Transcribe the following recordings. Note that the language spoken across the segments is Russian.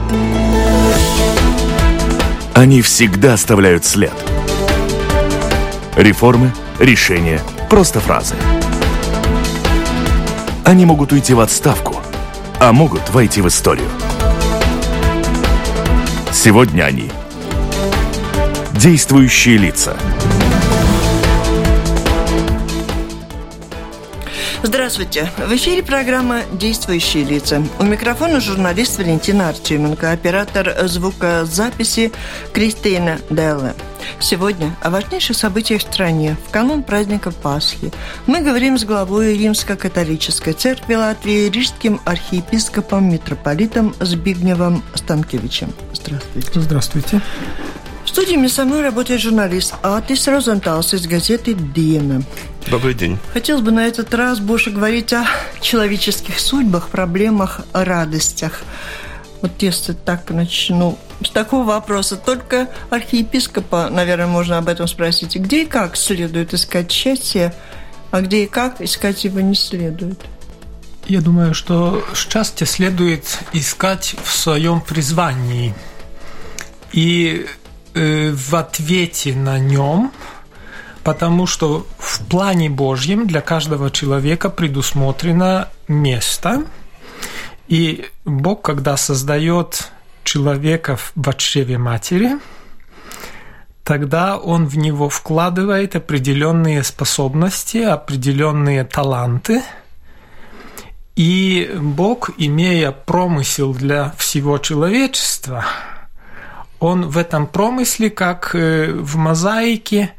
Они всегда оставляют след. Реформы, решения, просто фразы. Они могут уйти в отставку, а могут войти в историю. Сегодня они – действующие лица. Здравствуйте. В эфире программа «Действующие лица». У микрофона журналист Валентина Артеменко, оператор звукозаписи Кристина Делла. Сегодня о важнейших событиях в стране в канун праздника Пасхи. Мы говорим с главой Римско-католической церкви Латвии, рижским архиепископом митрополитом Збигневом Станкевичем. Здравствуйте. Здравствуйте. В студии со мной работает журналист Атис Розенталс из газеты «Диена». Добрый день. Хотелось бы на этот раз больше говорить о человеческих судьбах, проблемах, радостях. Вот если так начну с такого вопроса, только архиепископа, наверное, можно об этом спросить. Где и как следует искать счастье, а где и как искать его не следует? Я думаю, что счастье следует искать в своем призвании и в ответе на нем, потому что в плане Божьем для каждого человека предусмотрено место, и Бог, когда создает человека в чреве матери, тогда Он в него вкладывает определенные способности, определенные таланты, и Бог, имея промысел для всего человечества, Он в этом промысле, как в мозаике,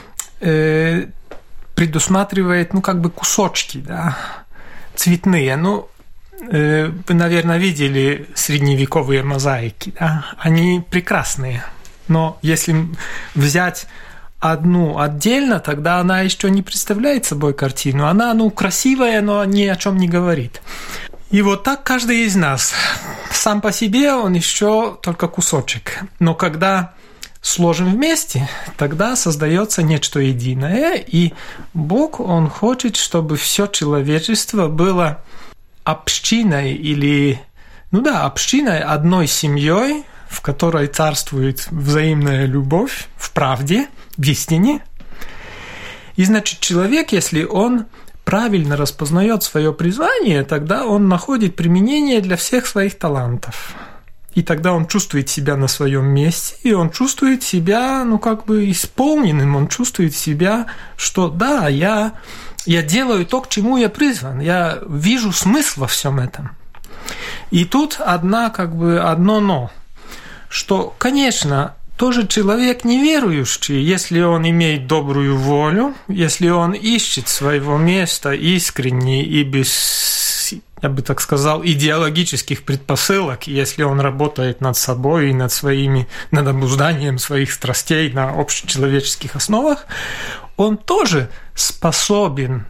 предусматривает, кусочки, да, цветные. Вы, наверное, видели средневековые мозаики, да? Они прекрасные. Но если взять одну отдельно, тогда она еще не представляет собой картину. Она, красивая, но ни о чем не говорит. И вот так каждый из нас. Сам по себе он еще только кусочек. Но когда сложим вместе, тогда создается нечто единое. И Бог, Он хочет, чтобы все человечество было общиной или, общиной, одной семьей, в которой царствует взаимная любовь в правде, в истине. И значит, человек, если он правильно распознает свое призвание, тогда он находит применение для всех своих талантов. И тогда он чувствует себя на своем месте, и он чувствует себя, исполненным, он чувствует себя, что да, я делаю то, к чему я призван, я вижу смысл во всем этом. И тут одно «но», что, конечно, тоже человек неверующий, если он имеет добрую волю, если он ищет своего места искренне и без, я бы так сказал, идеологических предпосылок, если он работает над собой и над обузданием своих страстей на общечеловеческих основах, он тоже способен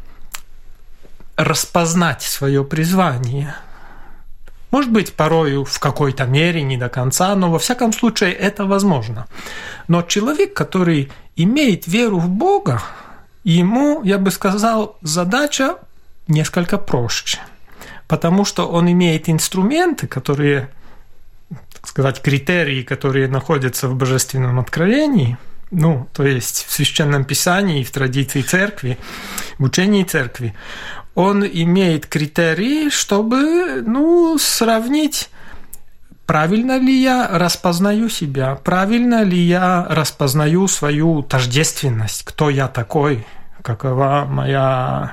распознать свое призвание. Может быть, порою в какой-то мере, не до конца, но во всяком случае это возможно. Но человек, который имеет веру в Бога, ему, я бы сказал, задача несколько проще. Потому что он имеет инструменты, которые, так сказать, критерии, которые находятся в Божественном откровении, то есть в Священном Писании, в традиции церкви, в учении церкви. Он имеет критерии, чтобы, сравнить, правильно ли я распознаю себя, правильно ли я распознаю свою тождественность, кто я такой, какова моя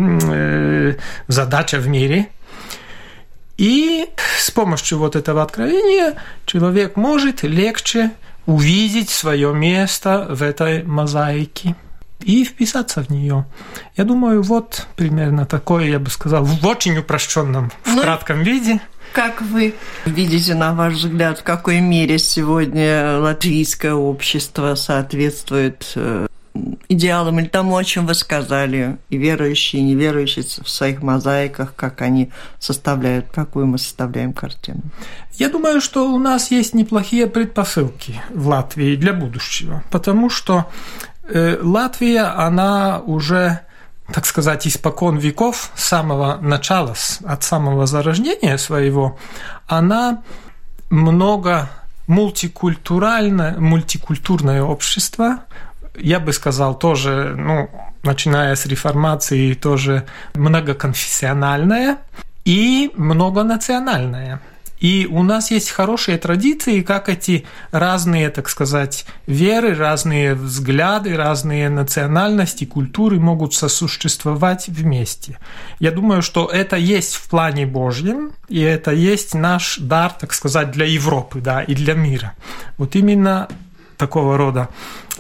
задача в мире. И с помощью этого откровения человек может легче увидеть свое место в этой мозаике и вписаться в нее. Я думаю, примерно такое, я бы сказал, в очень упрощенном, в кратком виде. Как вы видите, на ваш взгляд, в какой мере сегодня латвийское общество соответствует идеалам или тому, о чем вы сказали, и верующие, и неверующие в своих мозаиках, как они составляют, какую мы составляем картину? Я думаю, что у нас есть неплохие предпосылки в Латвии для будущего, потому что Латвия, она уже, так сказать, испокон веков, с самого начала, от самого зарождения своего, она много мультикультурное общество, я бы сказал, тоже, начиная с реформации, тоже многоконфессиональное и многонациональное. И у нас есть хорошие традиции, как эти разные, так сказать, веры, разные взгляды, разные национальности, культуры могут сосуществовать вместе. Я думаю, что это есть в плане Божьем, и это есть наш дар, так сказать, для Европы, да, и для мира. Вот именно такого рода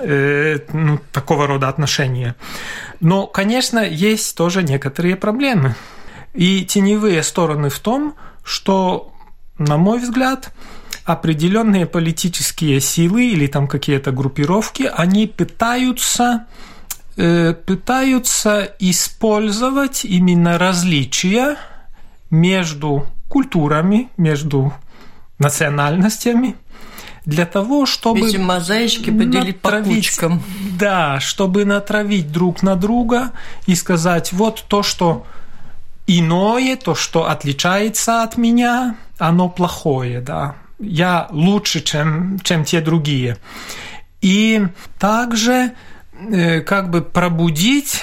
отношения. Но, конечно, есть тоже некоторые проблемы. И теневые стороны в том, что, на мой взгляд, определенные политические силы или там какие-то группировки, они пытаются использовать именно различия между культурами, между национальностями, для того, чтобы... Эти мозаички поделить по кучкам. Да, чтобы натравить друг на друга и сказать, вот то, что иное, то, что отличается от меня, оно плохое, да. Я лучше, чем те другие. И также как бы пробудить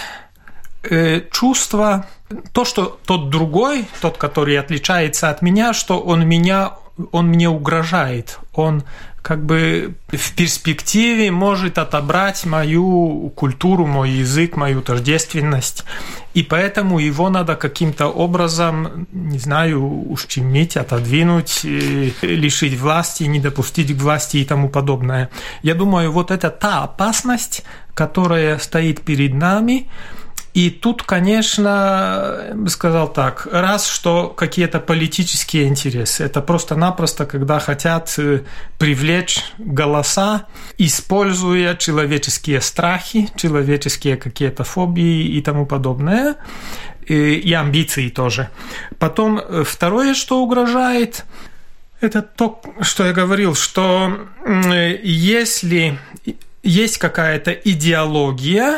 чувство, то, что тот другой, тот, который отличается от меня, что он мне угрожает, он как бы в перспективе может отобрать мою культуру, мой язык, мою тождественность, и поэтому его надо каким-то образом, не знаю, ущемить, отодвинуть, лишить власти, не допустить к власти и тому подобное. Я думаю, вот это та опасность, которая стоит перед нами. И тут, конечно, я бы сказал так, раз что какие-то политические интересы, это просто-напросто, когда хотят привлечь голоса, используя человеческие страхи, человеческие какие-то фобии и тому подобное, и амбиции тоже. Потом второе, что угрожает, это то, что я говорил, что если есть какая-то идеология,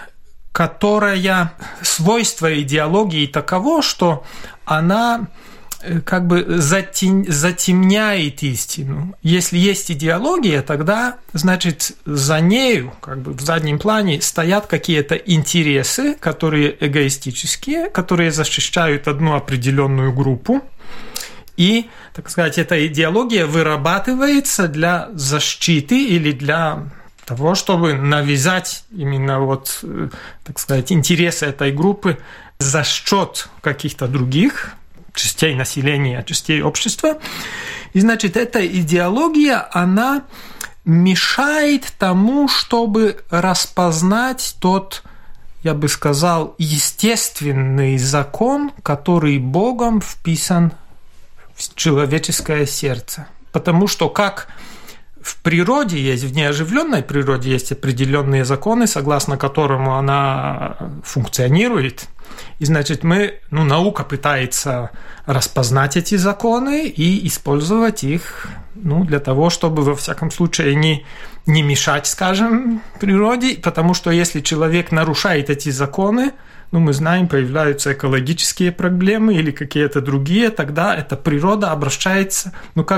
которая свойство идеологии таково, что она как бы затемняет истину. Если есть идеология, тогда, значит, за нею, как бы в заднем плане, стоят какие-то интересы, которые эгоистические, которые защищают одну определенную группу. И, так сказать, эта идеология вырабатывается для защиты или для того, чтобы навязать именно вот, так сказать, интересы этой группы за счет каких-то других частей населения, частей общества. И, значит, эта идеология, она мешает тому, чтобы распознать тот, я бы сказал, естественный закон, который Богом вписан в человеческое сердце. Потому что как в природе есть, в неоживленной природе есть определенные законы, согласно которым она функционирует. И, значит, наука пытается распознать эти законы и использовать их, для того, чтобы, во всяком случае, не мешать, скажем, природе, потому что если человек нарушает эти законы, мы знаем, появляются экологические проблемы или какие-то другие, тогда эта природа обращается,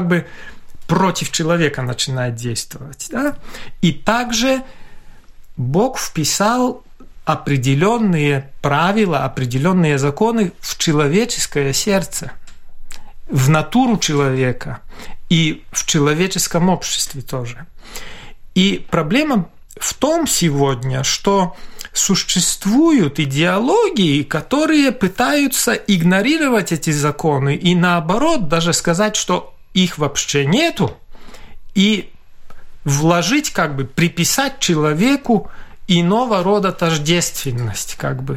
против человека начинает действовать. Да? И также Бог вписал определенные правила, определенные законы в человеческое сердце, в натуру человека и в человеческом обществе тоже. И проблема в том сегодня, что существуют идеологии, которые пытаются игнорировать эти законы и наоборот даже сказать, что их вообще нету, и вложить, приписать человеку иного рода тождественность,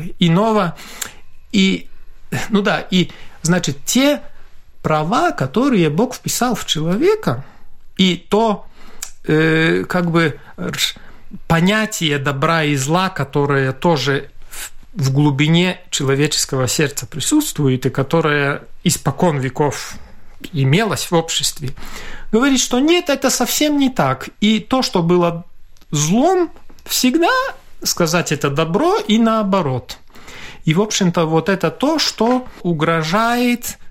значит, те права, которые Бог вписал в человека, и то, понятие добра и зла, которое тоже в глубине человеческого сердца присутствует, и которое испокон веков имелось в обществе, говорит, что нет, это совсем не так. И то, что было злом, всегда сказать это добро и наоборот. И, в общем-то, вот это то, что угрожает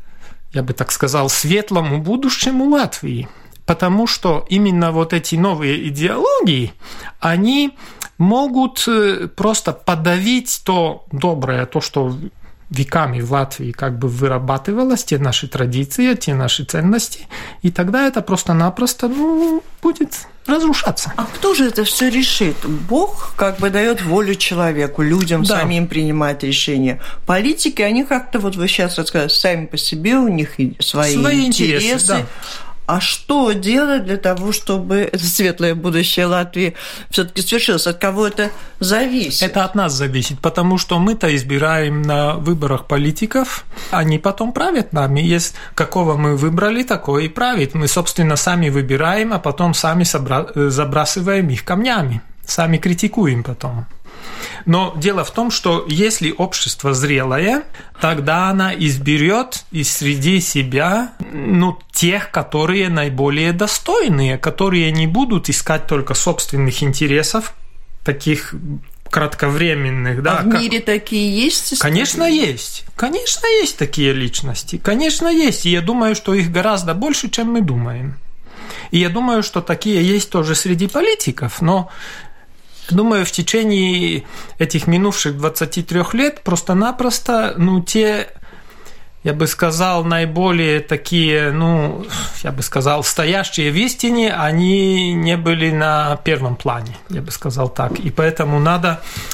я бы так сказал, светлому будущему Латвии. Потому что именно вот эти новые идеологии, они могут просто подавить то доброе, то, что веками в Латвии как бы вырабатывалось, те наши традиции, те наши ценности, и тогда это просто-напросто будет разрушаться. А кто же это все решит? Бог как бы дает волю человеку, людям самим принимать решения. Политики, они как-то, вот вы сейчас рассказали, сами по себе, у них свои интересы. Да. А что делать для того, чтобы это светлое будущее Латвии все-таки свершилось? От кого это зависит? Это от нас зависит, потому что мы-то избираем на выборах политиков, они потом правят нами. Есть какого мы выбрали, такое и правит. Мы, собственно, сами выбираем, а потом сами забрасываем их камнями, сами критикуем потом. Но дело в том, что если общество зрелое, тогда она изберет из среди себя тех, которые наиболее достойные, которые не будут искать только собственных интересов, таких кратковременных. Да, в мире такие есть? Конечно, есть. Конечно, есть такие личности. Конечно, есть. И я думаю, что их гораздо больше, чем мы думаем. И я думаю, что такие есть тоже среди политиков, но думаю, в течение этих минувших 23 лет просто-напросто, те, я бы сказал, наиболее такие, я бы сказал, стоящие в истине, они не были на первом плане, я бы сказал так. И поэтому надо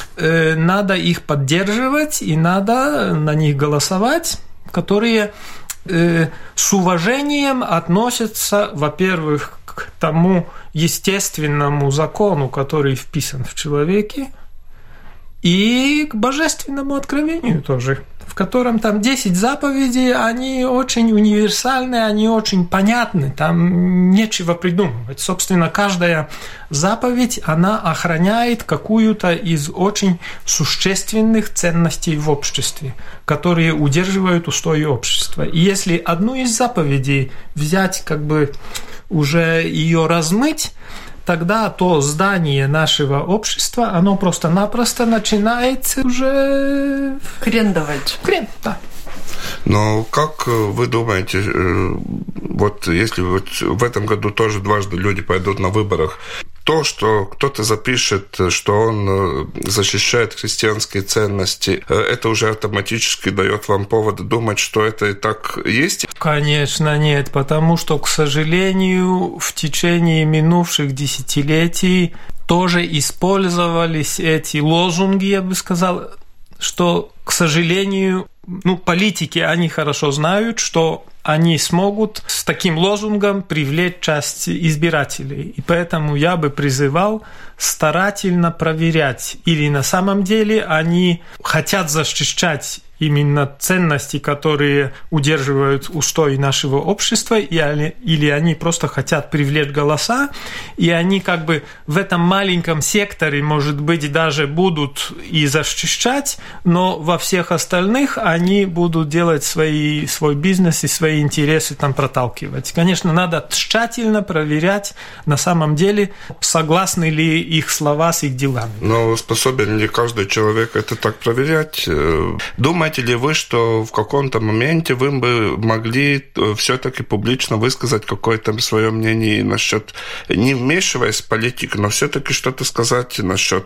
их поддерживать, и надо на них голосовать, которые с уважением относятся, во-первых, к тому естественному закону, который вписан в человеке, и к божественному откровению тоже, в котором там 10 заповедей, они очень универсальны, они очень понятны, там нечего придумывать. Собственно, каждая заповедь, она охраняет какую-то из очень существенных ценностей в обществе, которые удерживают устои общества. И если одну из заповедей взять, уже ее размыть, тогда то здание нашего общества, оно просто-напросто начинает уже крендовать. Да. Но как вы думаете, вот если в этом году тоже дважды люди пойдут на выборах, то, что кто-то запишет, что он защищает христианские ценности, это уже автоматически дает вам повод думать, что это и так есть? Конечно, нет, потому что, к сожалению, в течение минувших десятилетий тоже использовались эти лозунги, я бы сказал, что, к сожалению, политики, они хорошо знают, что они смогут с таким лозунгом привлечь часть избирателей. И поэтому я бы призывал старательно проверять, или на самом деле они хотят защищать именно ценности, которые удерживают устой нашего общества, или они просто хотят привлечь голоса, и они в этом маленьком секторе, может быть, даже будут и защищать, но во всех остальных они будут делать свой бизнес и свои интересы там проталкивать. Конечно, надо тщательно проверять, на самом деле, согласны ли их слова с их делами. Но способен ли каждый человек это так проверять? Думаете ли вы, что в каком-то моменте вы бы могли все-таки публично высказать какое-то свое мнение насчет, не вмешиваясь в политику, но все-таки что-то сказать насчет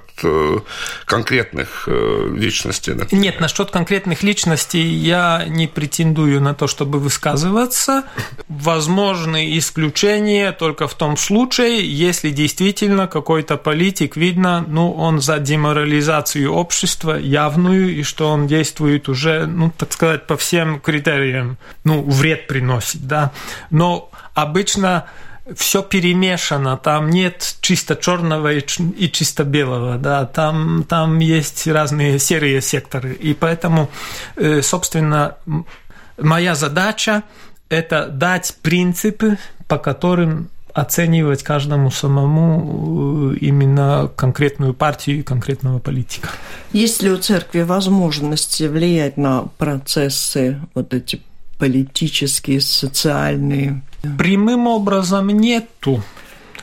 конкретных личностей? Например? Нет, насчет конкретных личностей я не претендую на то, чтобы высказываться. Возможны исключения только в том случае, если действительно какой-то политик, видно, он за деморализацию общества явную, и что он действует уже, так сказать, по всем критериям, вред приносит, да. Но обычно все перемешано, там нет чисто черного и чисто белого, да, там есть разные серые секторы, и поэтому, собственно, моя задача – это дать принципы, по которым оценивать каждому самому именно конкретную партию и конкретного политика. Есть ли у церкви возможности влиять на процессы вот эти политические, социальные? Прямым образом нету.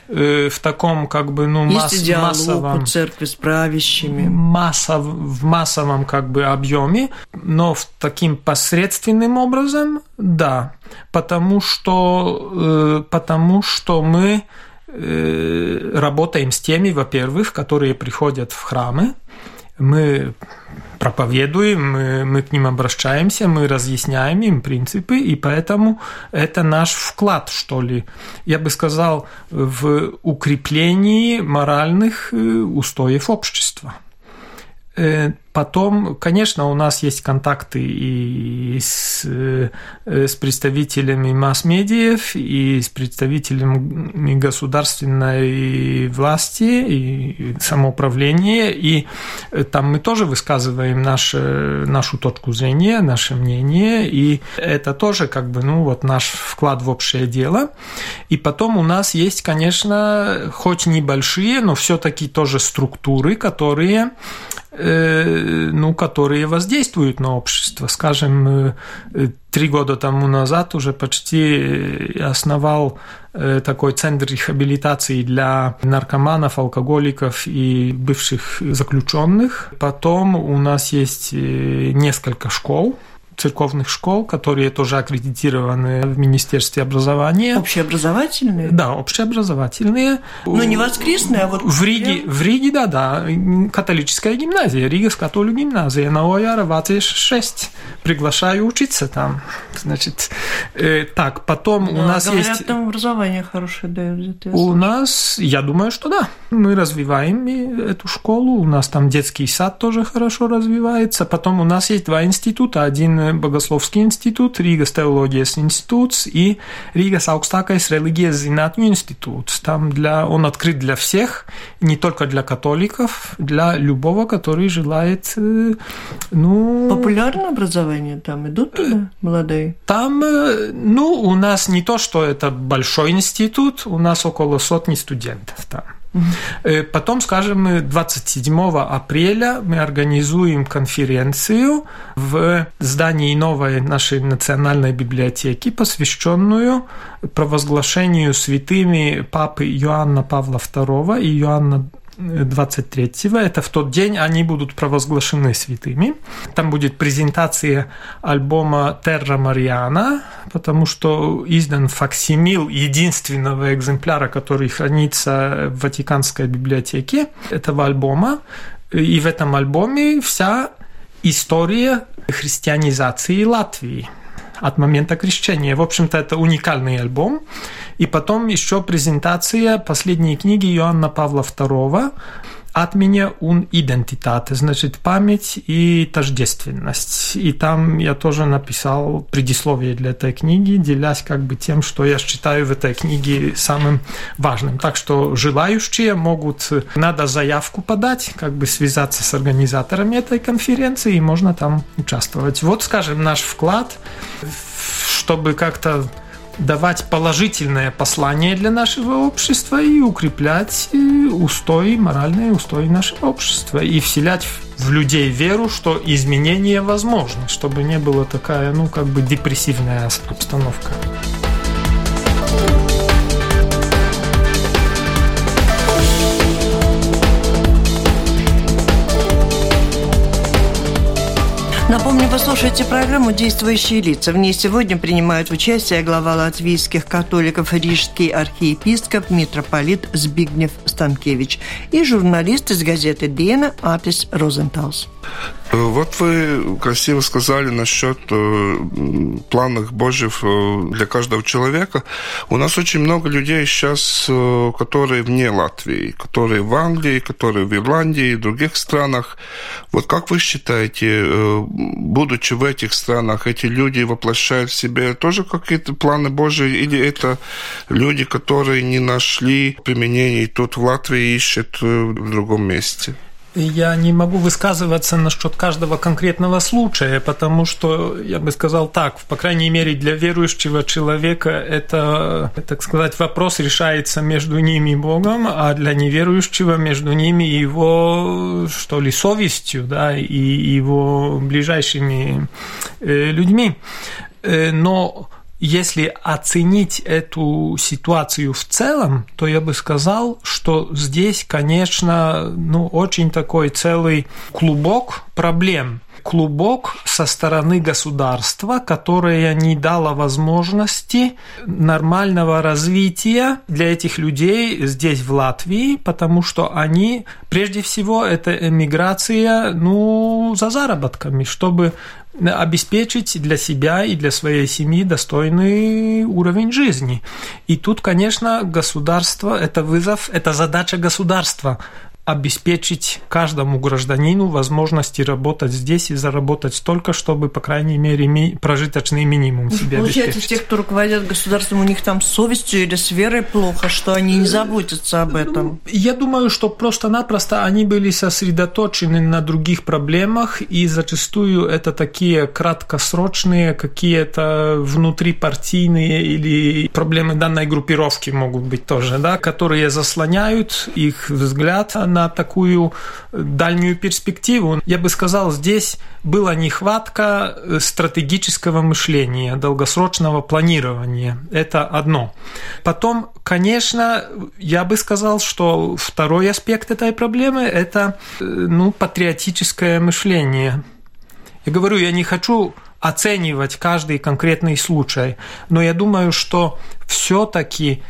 в таком как бы есть диалог массовом... у церкви с правящими. В массовом как бы объеме, но в таким посредственным образом, да, потому что мы работаем с теми, во-первых, которые приходят в храмы, мы проповедуем, мы к ним обращаемся, мы разъясняем им принципы, и поэтому это наш вклад, что ли, я бы сказал, в укреплении моральных устоев общества. Потом, конечно, у нас есть контакты и с представителями масс-медиев, и с представителями государственной власти, и самоуправления, и там мы тоже высказываем нашу точку зрения, наше мнение, и это тоже как бы, наш вклад в общее дело. И потом у нас есть, конечно, хоть небольшие, но все-таки тоже структуры, которые воздействуют на общество. Скажем, 3 года тому назад уже почти основал такой центр рехабилитации для наркоманов, алкоголиков и бывших заключенных. Потом у нас есть несколько школ, церковных школ, которые тоже аккредитированы в Министерстве образования. Общеобразовательные? Да, общеобразовательные. Но не воскресные, а вот... В Риге, да, католическая гимназия, Рига католическая гимназия, на Ояра 26. Приглашаю учиться там. Значит, так, потом у нас говорят, есть... там образование хорошее дают. У нас, я думаю, что да. Мы развиваем эту школу, у нас там детский сад тоже хорошо развивается. Потом у нас есть 2 института. Один Богословский институт, Рīgas теологijas институт и Рīgas augstākais reliģijas zinātņu институт. Там он открыт для всех, не только для католиков, для любого, который желает, Популярное образование там идут туда, молодые? Там, у нас не то, что это большой институт, у нас около 100 студентов там. Потом, скажем, 27 апреля мы организуем конференцию в здании новой нашей национальной библиотеки, посвященную провозглашению святыми папы Иоанна Павла II и Иоанна 23-го. Это в тот день они будут провозглашены святыми. Там будет презентация альбома «Terra Mariana», потому что издан факсимил единственного экземпляра, который хранится в Ватиканской библиотеке этого альбома. И в этом альбоме вся история христианизации Латвии от момента крещения. В общем-то, это уникальный альбом. И потом еще презентация последней книги Иоанна Павла II «Atmiņa un identitāte», значит, память и тождественность. И там я тоже написал предисловие для этой книги, делясь как бы тем, что я считаю в этой книге самым важным. Так что желающие могут, надо заявку подать, как бы связаться с организаторами этой конференции, и можно там участвовать. Вот, скажем, наш вклад, чтобы как-то давать положительное послание для нашего общества и укреплять моральные устои нашего общества, и вселять в людей веру, что изменения возможны, чтобы не была такая, депрессивная обстановка. Напомню, вы слушаете программу «Действующие лица». В ней сегодня принимают участие глава латвийских католиков, рижский архиепископ, митрополит Збигнев Станкевич и журналист из газеты «Диена» Атис Розенталс. Вот вы красиво сказали насчет планов Божьих для каждого человека. У нас очень много людей сейчас, которые вне Латвии, которые в Англии, которые в Ирландии и других странах. Вот как вы считаете, будучи в этих странах, эти люди воплощают в себе тоже какие-то планы Божьи, или это люди, которые не нашли применений тут в Латвии и ищут в другом месте? Я не могу высказываться насчет каждого конкретного случая, потому что, я бы сказал так, по крайней мере, для верующего человека это, так сказать, вопрос решается между ними и Богом, а для неверующего между ними и его, что ли, совестью, да, и его ближайшими людьми. Но если оценить эту ситуацию в целом, то я бы сказал, что здесь, конечно, очень такой целый клубок проблем. Клубок со стороны государства, которое не дало возможности нормального развития для этих людей здесь, в Латвии, потому что они, прежде всего, это эмиграция, за заработками, чтобы обеспечить для себя и для своей семьи достойный уровень жизни. И тут, конечно, государство – это вызов, это задача государства – обеспечить каждому гражданину возможности работать здесь и заработать столько, чтобы, по крайней мере, прожиточный минимум себе Получается, обеспечить. те, кто руководят государством, у них там с совестью или с верой плохо, что они не заботятся об этом? Я думаю, что просто-напросто они были сосредоточены на других проблемах, и зачастую это такие краткосрочные, какие-то внутрипартийные или проблемы данной группировки могут быть тоже, да, которые заслоняют их взгляд на такую дальнюю перспективу. Я бы сказал, здесь была нехватка стратегического мышления, долгосрочного планирования. Это одно. Потом, конечно, я бы сказал, что второй аспект этой проблемы – это патриотическое мышление. Я говорю, я не хочу оценивать каждый конкретный случай, но я думаю, что все-таки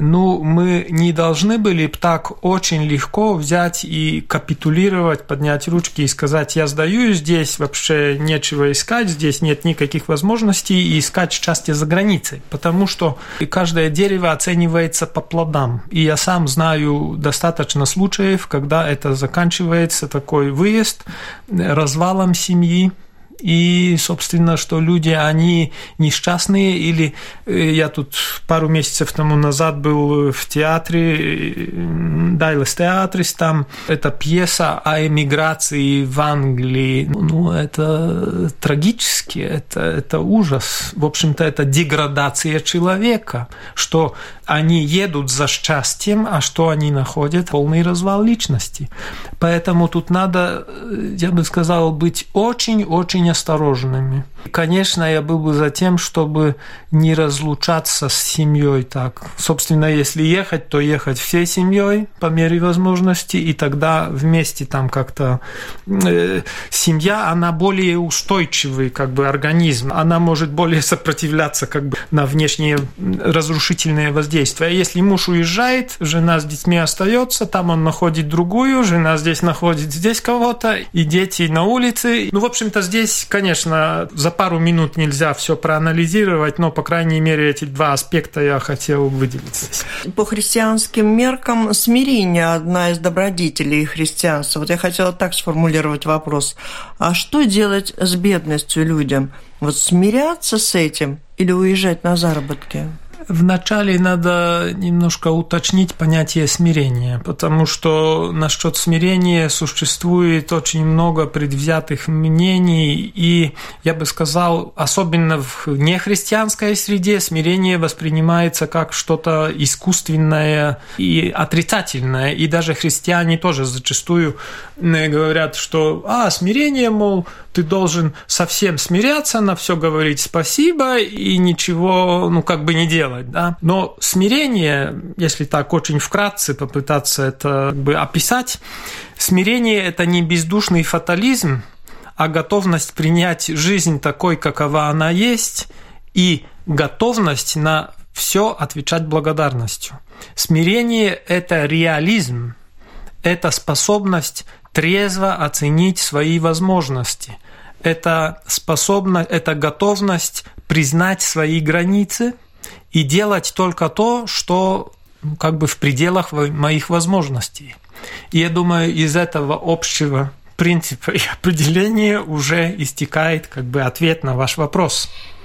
мы не должны были так очень легко взять и капитулировать, поднять ручки и сказать: я сдаю, здесь вообще нечего искать, здесь нет никаких возможностей и искать счастье за границей, потому что каждое дерево оценивается по плодам. И я сам знаю достаточно случаев, когда это заканчивается, такой выезд, развалом семьи. И, собственно, что люди, они несчастные, или я тут пару месяцев тому назад был в театре, Дайлес театрис, там это пьеса о эмиграции в Англии. Это трагически, это ужас. В общем-то, это деградация человека, что они едут за счастьем, а что они находят? Полный развал личности. Поэтому тут надо, я бы сказал, быть очень-очень осторожными. Конечно, я был бы за тем, чтобы не разлучаться с семьей так. Собственно, если ехать, то ехать всей семьей по мере возможности, и тогда вместе там как-то... Семья, она более устойчивый организм, она может более сопротивляться на внешние разрушительные воздействия. А если муж уезжает, жена с детьми остается, там он находит другую, жена здесь находит здесь кого-то, и дети на улице. В общем-то, здесь, конечно, за пару минут нельзя все проанализировать, но, по крайней мере, эти два аспекта я хотел выделить здесь. По христианским меркам смирение – одна из добродетелей христианства. Вот я хотела так сформулировать вопрос. А что делать с бедностью людям? Смиряться с этим или уезжать на заработки? Вначале надо немножко уточнить понятие смирения, потому что насчет смирения существует очень много предвзятых мнений, и, я бы сказал, особенно в нехристианской среде смирение воспринимается как что-то искусственное и отрицательное, и даже христиане тоже зачастую говорят, что смирение, мол, ты должен совсем смиряться, на все говорить спасибо и ничего, не делать. Да? Но смирение, если так очень вкратце попытаться это описать, смирение – это не бездушный фатализм, а готовность принять жизнь такой, какова она есть, и готовность на все отвечать благодарностью. Смирение – это реализм, это способность трезво оценить свои возможности, это готовность признать свои границы и делать только то, что в пределах моих возможностей. И я думаю, из этого общего принципа и определения уже истекает ответ на ваш вопрос,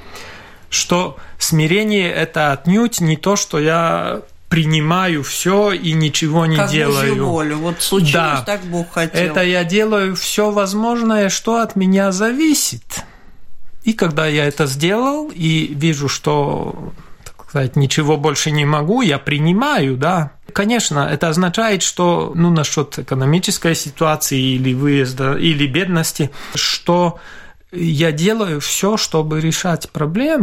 что смирение – это отнюдь не то, что я принимаю все и ничего не делаю. Божью волю. Случилось, так Бог хотел. Это я делаю все возможное, что от меня зависит. И когда я это сделал и вижу, что, ничего больше не могу, я принимаю, да. Конечно, это означает, что, насчет экономической ситуации или выезда, или бедности, что я делаю все, чтобы решать проблему.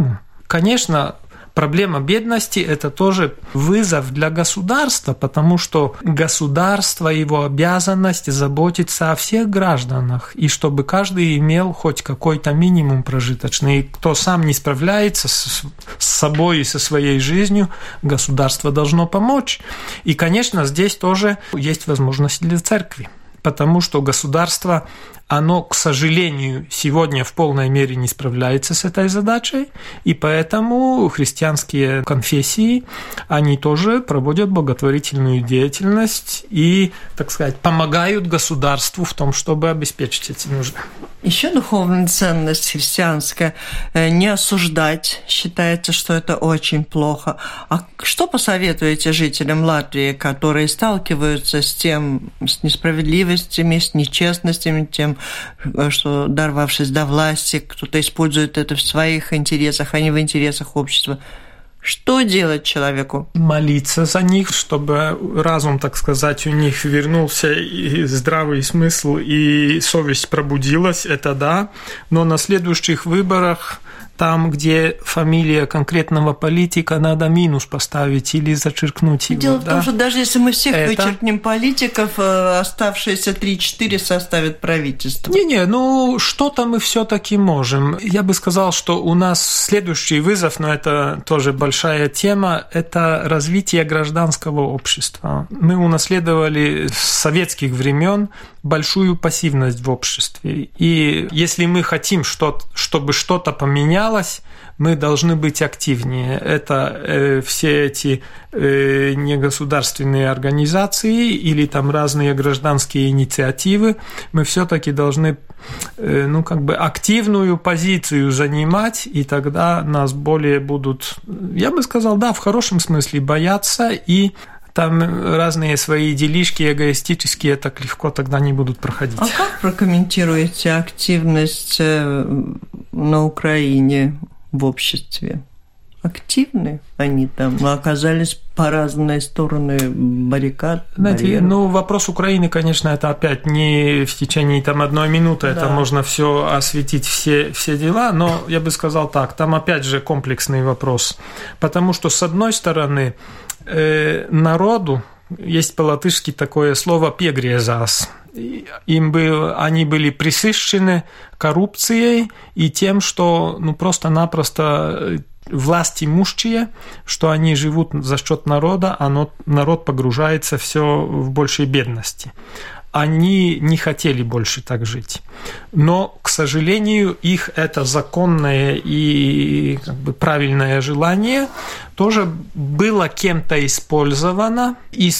конечно, проблема бедности – это тоже вызов для государства, потому что государство, его обязанность заботиться о всех гражданах, и чтобы каждый имел хоть какой-то минимум прожиточный. И кто сам не справляется с собой и со своей жизнью, государство должно помочь. И, конечно, здесь тоже есть возможность для церкви, потому что государство, оно, к сожалению, сегодня в полной мере не справляется с этой задачей, и поэтому христианские конфессии, они тоже проводят благотворительную деятельность и, так сказать, помогают государству в том, чтобы обеспечить эти нужды. Еще духовная ценность христианская – не осуждать. Считается, что это очень плохо. А что посоветуете жителям Латвии, которые сталкиваются с несправедливостями, с нечестностями, тем, что, дорвавшись до власти, кто-то использует это в своих интересах, а не в интересах общества? Что делать человеку? Молиться за них, чтобы разум, так сказать, у них вернулся, и здравый смысл, и совесть пробудилась, это да. Но на следующих выборах, там, где фамилия конкретного политика, надо минус поставить или зачеркнуть его. Дело в том, что даже если мы всех вычеркнем политиков, оставшиеся 3-4 составят правительство. Не, что-то мы все-таки можем. Я бы сказал, что у нас следующий вызов, но это тоже большая тема, это развитие гражданского общества. Мы унаследовали с советских времен большую пассивность в обществе. И если мы хотим, чтобы что-то поменялось, мы должны быть активнее. Это все эти негосударственные организации или там разные гражданские инициативы. Мы все-таки должны активную позицию занимать, и тогда нас более будут, я бы сказал, да, в хорошем смысле бояться, и там разные свои делишки эгоистические так легко тогда не будут проходить. А как прокомментируете активность на Украине в обществе? Активны они там, оказались по разные стороны баррикад. Знаете, вопрос Украины, конечно, это опять не в течение одной минуты, да. Это можно все осветить, все дела, но я бы сказал так, там опять же комплексный вопрос, потому что с одной стороны народу, есть по-латышски такое слово «пегриезās». Они были присыщены коррупцией и тем, что просто-напросто власть имущие, что они живут за счет народа, а народ погружается все в большей бедности. Они не хотели больше так жить. Но, к сожалению, их это законное и правильное желание тоже было кем-то использовано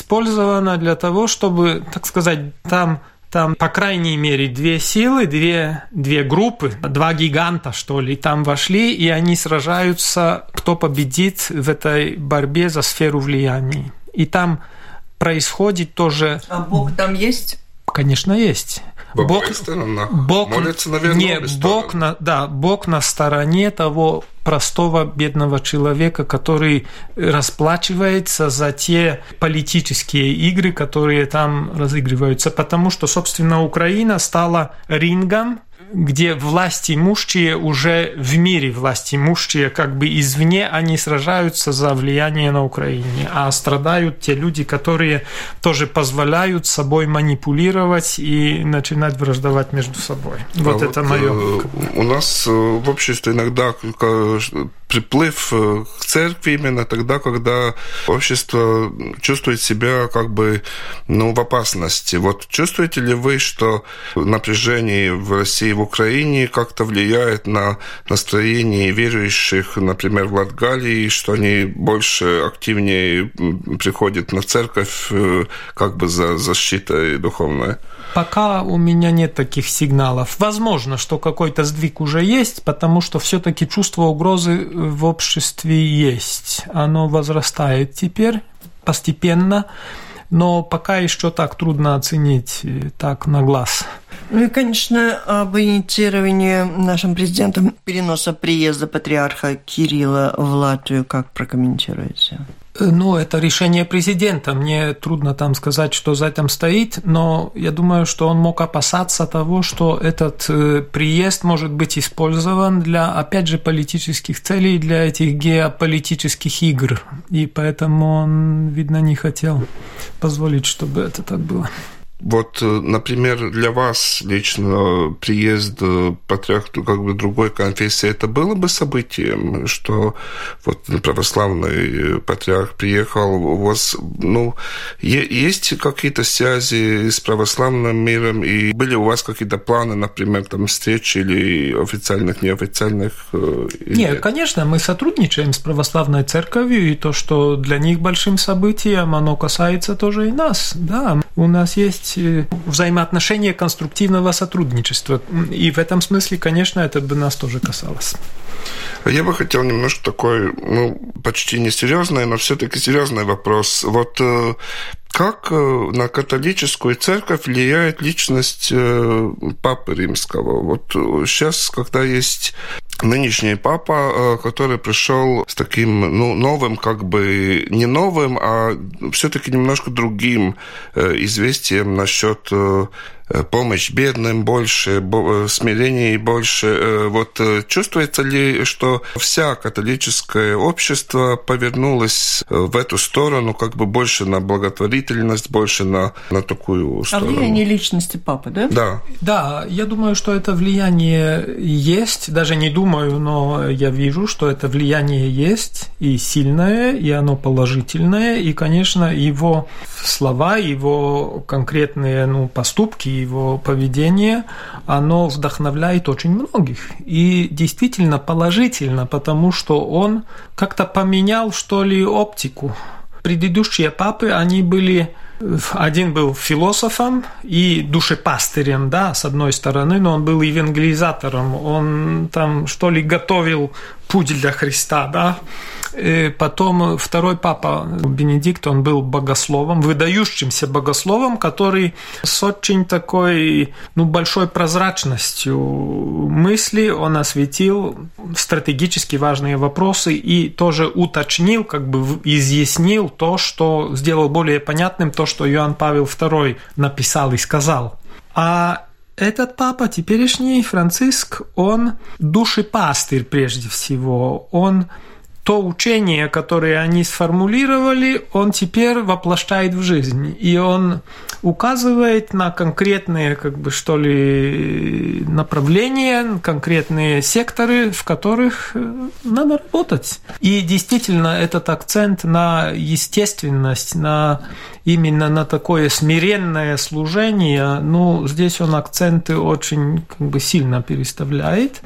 для того, чтобы, так сказать, там по крайней мере, две силы, две группы, два гиганта, что ли, там вошли, и они сражаются, кто победит в этой борьбе за сферу влияния. И там происходит тоже... А Бог там есть? Конечно, есть. Бог молится, наверное, Бог на стороне того простого бедного человека, который расплачивается за те политические игры, которые там разыгрываются, потому что, собственно, Украина стала рингом, где власть имущие уже в мире власть имущие извне, они сражаются за влияние на Украине, а страдают те люди, которые тоже позволяют собой манипулировать и начинать враждовать между собой. Это мое. У нас в обществе иногда приплыв к церкви именно тогда, когда общество чувствует себя в опасности. Чувствуете ли вы, что напряжение в России, в Украине как-то влияет на настроение верующих, например, в Латгалии, что они больше активнее приходят на церковь за защитой духовной? Пока у меня нет таких сигналов. Возможно, что какой-то сдвиг уже есть, потому что все-таки чувство угрозы в обществе есть. Оно возрастает теперь постепенно, но пока еще так трудно оценить так на глаз. И, конечно, об инициировании нашим президентом переноса приезда патриарха Кирилла в Латвию как прокомментируете? Ну, это решение президента. Мне трудно там сказать, что за этим стоит, но я думаю, что он мог опасаться того, что этот приезд может быть использован для, опять же, политических целей, для этих геополитических игр. И поэтому он, видно, не хотел позволить, чтобы это так было. Вот, например, для вас лично приезд патриарха как бы другой конфессии, это было бы событием, что вот православный патриарх приехал, у вас, ну, есть какие-то связи с православным миром, и были у вас какие-то планы, например, там, встреч или официальных, неофициальных? Нет, конечно, мы сотрудничаем с православной церковью, и то, что для них большим событием, оно касается тоже и нас, да. У нас есть взаимоотношения конструктивного сотрудничества. И в этом смысле, конечно, это бы нас тоже касалось. Я бы хотел немножко такой, ну, почти не серьезный, но все-таки серьезный вопрос. Вот как на католическую церковь влияет личность Папы Римского? Вот сейчас, когда есть нынешний папа, который пришел с таким, ну, новым, как бы не новым, а все-таки немножко другим известием насчет помощь бедным больше, смирения больше. Вот чувствуется ли, что вся католическое общество повернулось в эту сторону, как бы больше на благотворительность, больше на такую сторону? А влияние личности папы, да? Да. Да, я думаю, что это влияние есть, даже не думаю, но я вижу, что это влияние есть, и сильное, и оно положительное, и, конечно, его слова, его конкретные, ну, поступки, его поведение, оно вдохновляет очень многих. И действительно положительно, потому что он как-то поменял, что ли, оптику. Предыдущие папы, они были... Один был философом и душепастырем, да, с одной стороны, но он был евангелизатором, он там, что ли, готовил путь для Христа, да. И потом второй папа Бенедикт, он был богословом, выдающимся богословом, который с очень такой, ну, большой прозрачностью мысли он осветил стратегически важные вопросы и тоже уточнил, как бы изъяснил то, что сделал более понятным то, что Иоанн Павел II написал и сказал. А этот папа, теперешний Франциск, он душепастырь прежде всего, он то учение, которое они сформулировали, он теперь воплощает в жизнь. И он указывает на конкретные, как бы, что ли, направления, конкретные секторы, в которых надо работать. И действительно, этот акцент на естественность, именно на такое смиренное служение, ну, здесь он акценты очень, как бы, сильно переставляет.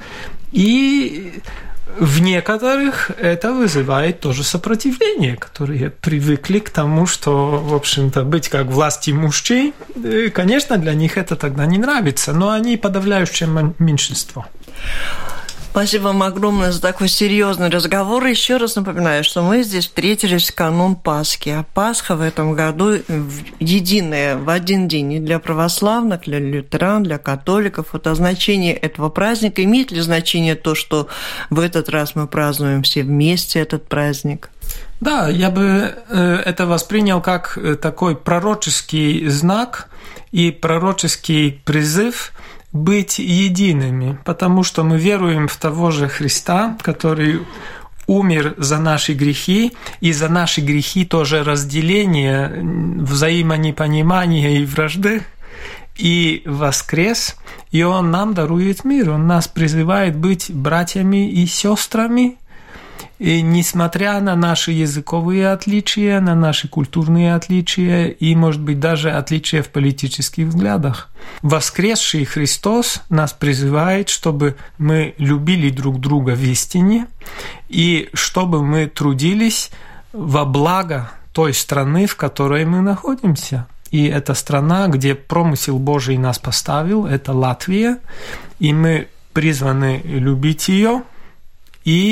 И в некоторых это вызывает тоже сопротивление, которые привыкли к тому, что, в общем-то, быть как власть имущей, конечно, для них это тогда не нравится, но они подавляющее меньшинство. Спасибо вам огромное за такой серьезный разговор. Еще раз напоминаю, что мы здесь встретились в канун Пасхи. А Пасха в этом году единая в один день и для православных, для лютеран, для католиков. Вот о значении этого праздника. Имеет ли значение то, что в этот раз мы празднуем все вместе этот праздник? Да, я бы это воспринял как такой пророческий знак и пророческий призыв быть едиными, потому что мы веруем в того же Христа, который умер за наши грехи, и за наши грехи тоже разделение, взаимонепонимание и вражды, и воскрес, и Он нам дарует мир, Он нас призывает быть братьями и сестрами, и несмотря на наши языковые отличия, на наши культурные отличия и, может быть, даже отличия в политических взглядах. Воскресший Христос нас призывает, чтобы мы любили друг друга в истине и чтобы мы трудились во благо той страны, в которой мы находимся. И эта страна, где промысел Божий нас поставил, это Латвия, и мы призваны любить ее и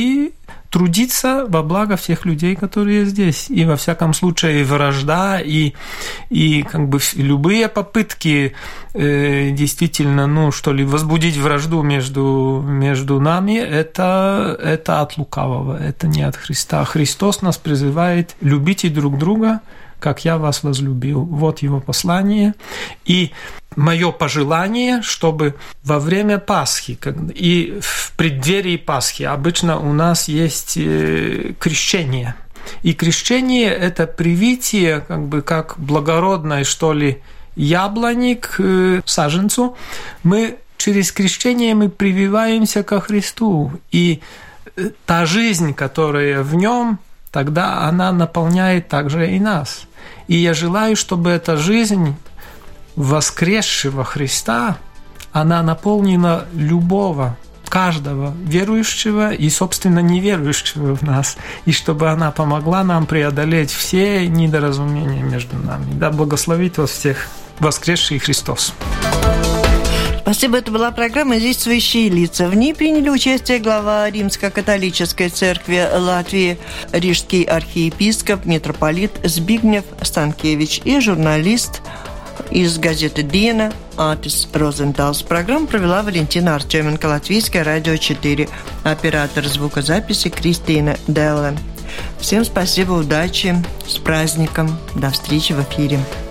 трудиться во благо всех людей, которые здесь. И во всяком случае вражда и как бы любые попытки действительно, возбудить вражду между нами, это от лукавого, это не от Христа. Христос нас призывает: любите друг друга, как я вас возлюбил. Вот его послание. И мое пожелание, чтобы во время Пасхи и в преддверии Пасхи обычно у нас есть крещение. И крещение – это привитие, как благородной, яблони к саженцу. Через крещение мы прививаемся ко Христу. И та жизнь, которая в нем, тогда она наполняет также и нас. И я желаю, чтобы эта жизнь воскресшего Христа, она наполнена любого, каждого верующего и, собственно, неверующего в нас, и чтобы она помогла нам преодолеть все недоразумения между нами. Да благословит вас всех воскресший Христос. Спасибо. Это была программа «Действующие лица». В ней приняли участие глава Римско-католической церкви Латвии, рижский архиепископ, митрополит Збигнев Станкевич и журналист из газеты «Диена» Атис Розенталс. Программу провела Валентина Артеменко, Латвийское радио 4, оператор звукозаписи Кристина Делле. Всем спасибо, удачи, с праздником, до встречи в эфире.